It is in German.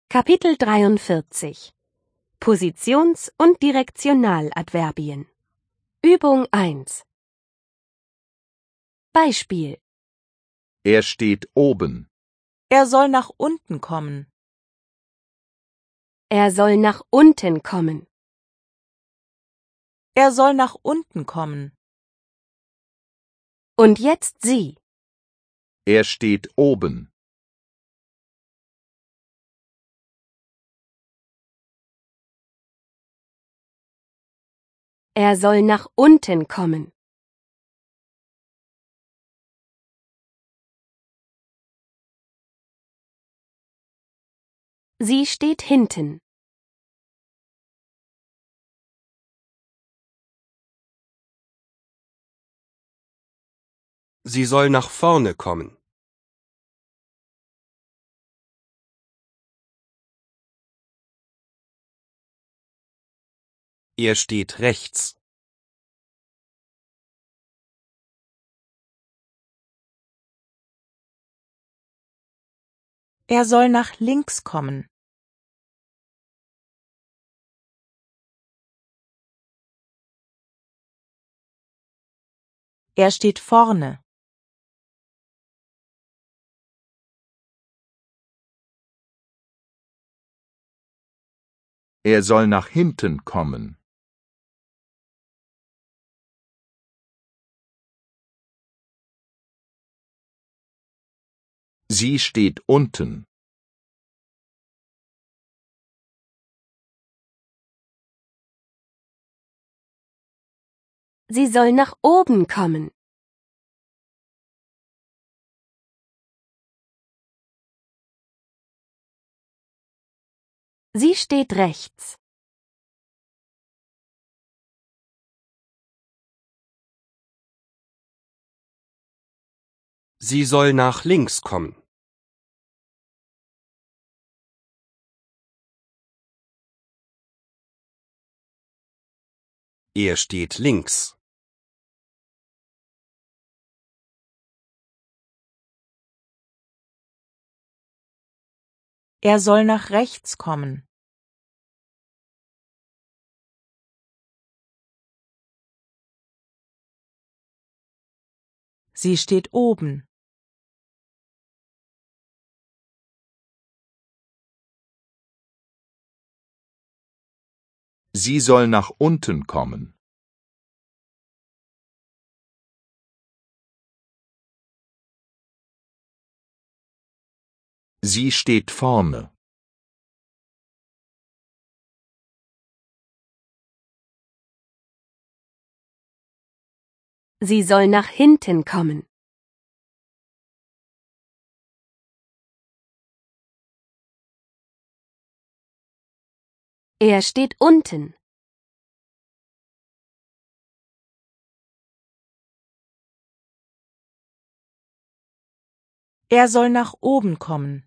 Kapitel 43 Positions- und Direktionaladverbien Übung 1 Beispiel Er steht oben. Er soll nach unten kommen. Er soll nach unten kommen. Er soll nach unten kommen. Und jetzt Sie. Er steht oben. Er soll nach unten kommen. Sie steht hinten. Sie soll nach vorne kommen. Er steht rechts. Er soll nach links kommen. Er steht vorne. Er soll nach hinten kommen. Sie steht unten. Sie soll nach oben kommen. Sie steht rechts. Sie soll nach links kommen. Er steht links. Er soll nach rechts kommen. Sie steht oben. Sie soll nach unten kommen. Sie steht vorne. Sie soll nach hinten kommen. Er steht unten. Er soll nach oben kommen.